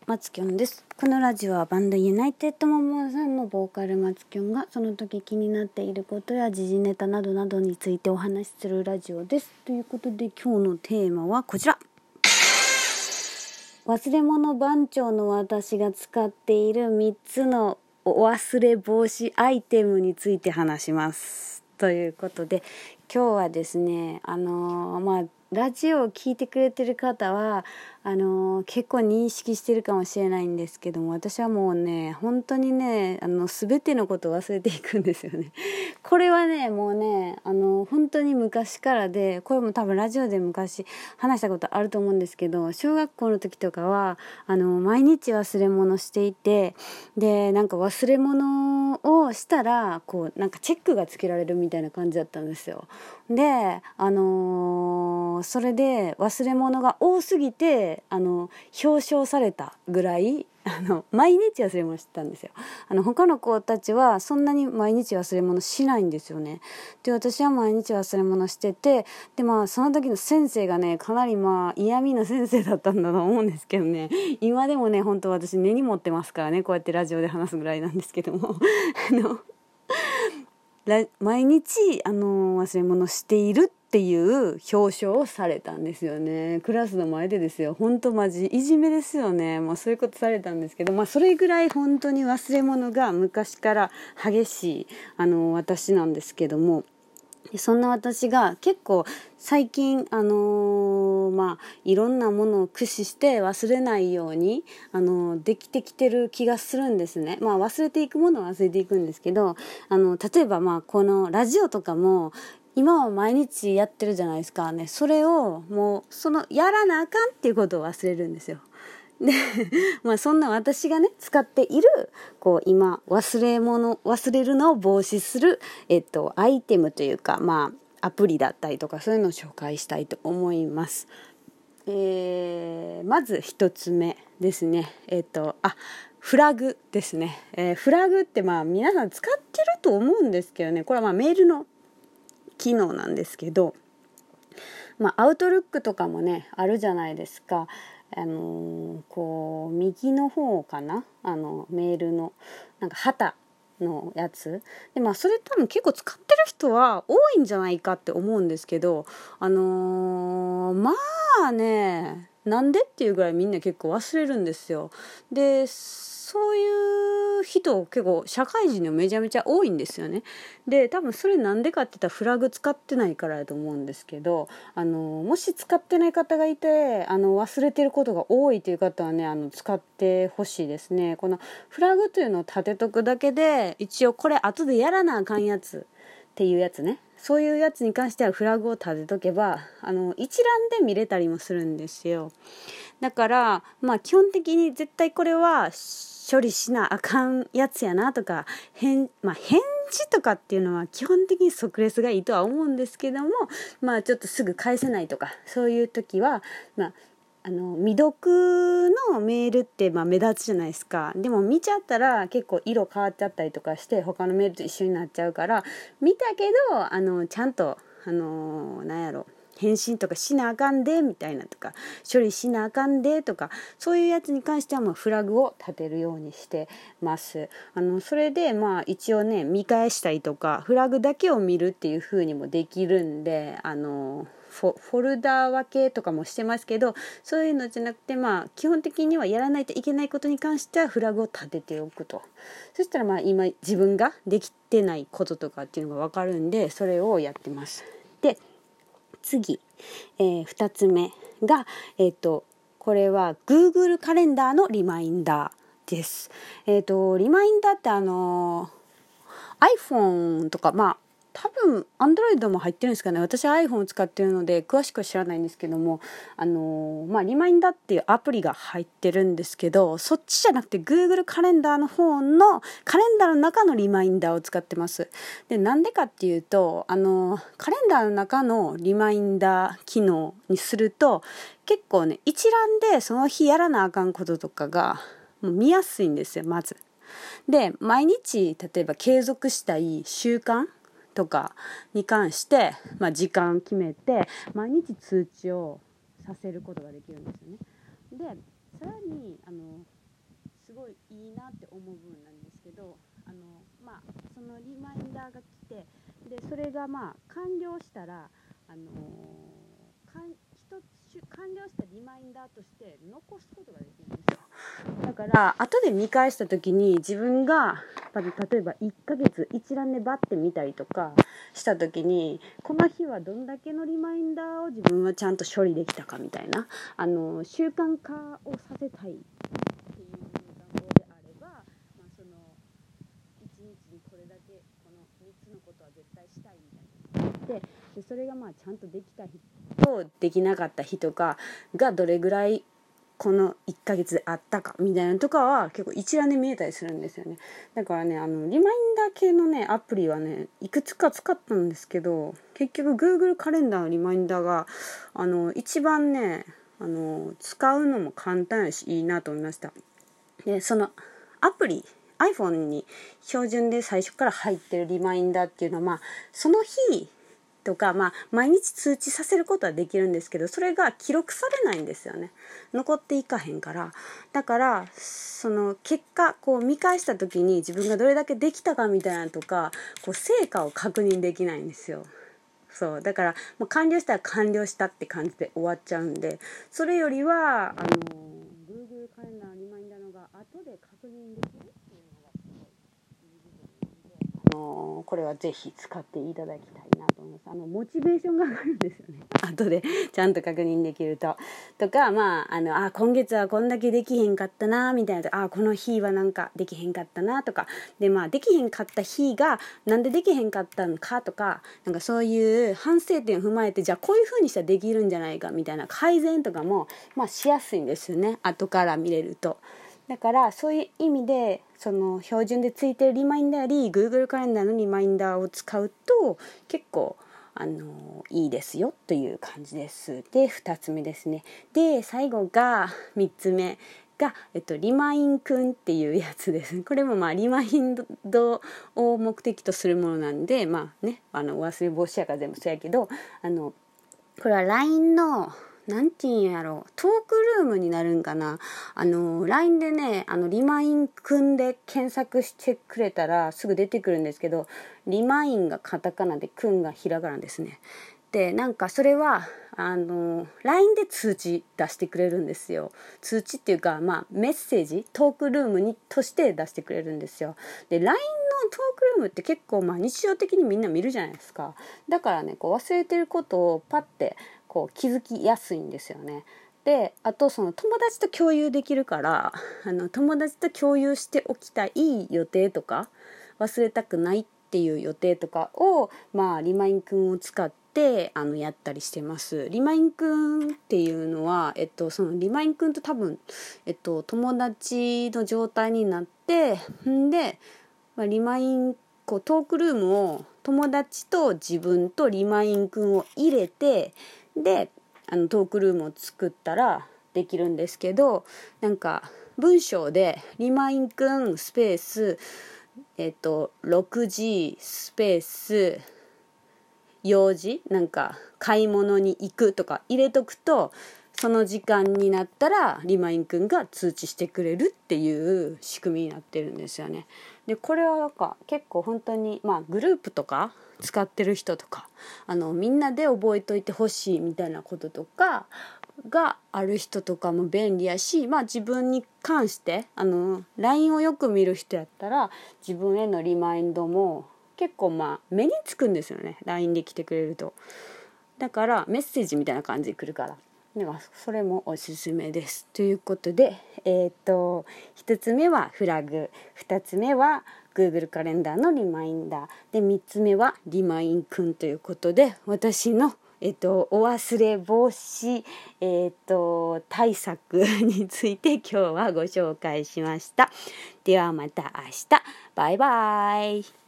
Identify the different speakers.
Speaker 1: 松きょんです。このラジオはバンドユナイテッドモモさんのボーカル松きょんがその時気になっていることや時事ネタなどなどについてお話しするラジオです。ということで今日のテーマはこちら。忘れ物番長の私が使っている3つのお忘れ防止アイテムについて話します。ということで今日はですね、ラジオを聞いてくれてる方は結構認識してるかもしれないんですけども、私はもうね本当にね全てのことを忘れていくんですよね。これはねもうね本当に昔からで、これも多分ラジオで昔話したことあると思うんですけど、小学校の時とかは毎日忘れ物していて、でなんか忘れ物をしたらこうなんかチェックがつけられるみたいな感じだったんですよ。でそれで忘れ物が多すぎて表彰されたぐらい毎日忘れ物してたんですよ。他の子たちはそんなに毎日忘れ物しないんですよね。で私は毎日忘れ物してて、でその時の先生がねかなり嫌味な先生だったんだと思うんですけどね、今でもね本当私根に持ってますからね、こうやってラジオで話すぐらいなんですけども毎日忘れ物しているっていう表彰をされたんですよね。クラスの前でですよ。本当マジいじめですよね。そういうことされたんですけど、それぐらい本当に忘れ物が昔から激しい私なんですけども、そんな私が結構最近いろんなものを駆使して忘れないようにできてきてる気がするんですね。忘れていくものは忘れていくんですけど、例えばこのラジオとかも今は毎日やってるじゃないですかね。それをもうやらなあかんっていうことを忘れるんですよ。でそんな私がね使っている今忘れるのを防止するアイテムというかアプリだったりとかそういうのを紹介したいと思います。まず一つ目ですね。フラグですね。フラグって皆さん使ってると思うんですけどね、これはメールの機能なんですけど、アウトルックとかもねあるじゃないですか。右の方かな、メールのなんか旗のやつで、それ多分結構使ってる人は多いんじゃないかって思うんですけど、なんでっていうぐらいみんな結構忘れるんですよ。でそういう人結構社会人でもめちゃめちゃ多いんですよね。で多分それなんでかって言ったらフラグ使ってないからだと思うんですけど、もし使ってない方がいて忘れてることが多いという方はね使ってほしいですね。このフラグというのを立てとくだけで、一応これ後でやらなあかんやつっていうやつね、そういうやつに関してはフラグを立てとけば一覧で見れたりもするんですよ。だから基本的に絶対これは処理しなあかんやつやなとか、返事とかっていうのは基本的に即レスがいいとは思うんですけども、ちょっとすぐ返せないとかそういう時は未読のメールって目立つじゃないですか。でも見ちゃったら結構色変わっちゃったりとかして他のメールと一緒になっちゃうから、見たけどちゃんと返信とかしなあかんでみたいなとか処理しなあかんでとか、そういうやつに関してはフラグを立てるようにしてます。それで一応ね見返したりとかフラグだけを見るっていう風にもできるんでフォルダ分けとかもしてますけど、そういうのじゃなくて基本的にはやらないといけないことに関してはフラグを立てておくと。そしたら今自分ができてないこととかっていうのが分かるんで、それをやってます。で次、2つ目が、これは Google カレンダーのリマインダーです。リマインダーって iPhone とか多分 Android も入ってるんですかね。私は iPhone を使ってるので詳しくは知らないんですけども、リマインダーっていうアプリが入ってるんですけど、そっちじゃなくて Google カレンダーの方のカレンダーの中のリマインダーを使ってます。でなんでかっていうとカレンダーの中のリマインダー機能にすると結構ね一覧でその日やらなあかんこととかがもう見やすいんですよ。まずで毎日例えば継続したい習慣とかに関して、時間決めて毎日通知をさせることができるんですよね。でさらにダーが来て、でそれがまあ完了したら完了したリマインダーとして残すことができるんですよ。だから後で見返した時に自分が例えば1ヶ月一覧でバッて見たりとかした時に、この日はどんだけのリマインダーを自分はちゃんと処理できたかみたいな、習慣化をさせたいっていう願望であれば、その1日にこれだけこの3つのことは絶対したいみたいなのがあって、でそれがまあちゃんとできた人とできなかった人がどれぐらいこの1ヶ月であったかみたいなとかは結構一覧で見えたりするんですよね。だからね、リマインダー系のねアプリはねいくつか使ったんですけど、結局 Google カレンダーのリマインダーが一番ね使うのも簡単やしいいなと思いました。でそのアプリ iPhone に標準で最初から入ってるリマインダーっていうのは、その日とか、毎日通知させることはできるんですけど、それが記録されないんですよね。残っていかへんから。だからその結果こう見返した時に自分がどれだけできたかみたいなのとか、こう成果を確認できないんですよ。そうだから完了したら完了したって感じで終わっちゃうんで、それよりはGoogle カレンダーのリマインダーのが後で確認できるっていうのがすごいいい部分なので、これはぜひ使っていただきたいなと思います。モチベーションが上がるんですよね。後でちゃんと確認できると。とか今月はこんだけできへんかったなみたいな、この日はなんかできへんかったなとかで、できへんかった日がなんでできへんかったのかとか、なんかそういう反省点を踏まえて、じゃあこういう風にしたらできるんじゃないかみたいな改善とかもしやすいんですよね、後から見れると。だからそういう意味でその標準でついてるリマインダーより Google カレンダーのリマインダーを使うと結構いいですよという感じです。で2つ目ですね。で最後が3つ目が、リマインくんっていうやつです。これもリマインドを目的とするものなんで、お忘れ防止やから全部そうやけど、これは LINE のなんていうんやろう、トークルームになるんかな。LINE でねリマインくんで検索してくれたらすぐ出てくるんですけど、リマインがカタカナでくんがひらがなですね。でなんかそれはLINE で通知出してくれるんですよ。通知っていうかメッセージトークルームにとして出してくれるんですよ。で LINE のトークルームって結構日常的にみんな見るじゃないですか。だからねこう忘れてることをパッてこう気づきやすいんですよね。であとその友達と共有できるから友達と共有しておきたい予定とか忘れたくないっていう予定とかをリマインくんを使ってやったりしてます。リマインくんっていうのはそのリマインくんと多分友達の状態になって、で、リマイントークルームを友達と自分とリマインくんを入れて、でトークルームを作ったらできるんですけど、なんか文章でリマインくんスペース6時スペース用事なんか買い物に行くとか入れとくと、その時間になったらリマインくんが通知してくれるっていう仕組みになってるんですよね。でこれはなんか結構本当にグループとか使ってる人とかみんなで覚えといてほしいみたいなこととかがある人とかも便利やし、自分に関してLINE をよく見る人やったら自分へのリマインドも結構目につくんですよね、 LINE で来てくれると。だからメッセージみたいな感じで来るから、それもおすすめですということで、1つ目はフラグ、2つ目は Google カレンダーのリマインダーで、3つ目はリマインくんということで、私のお忘れ防止、対策について今日はご紹介しました。ではまた明日、バイバイ。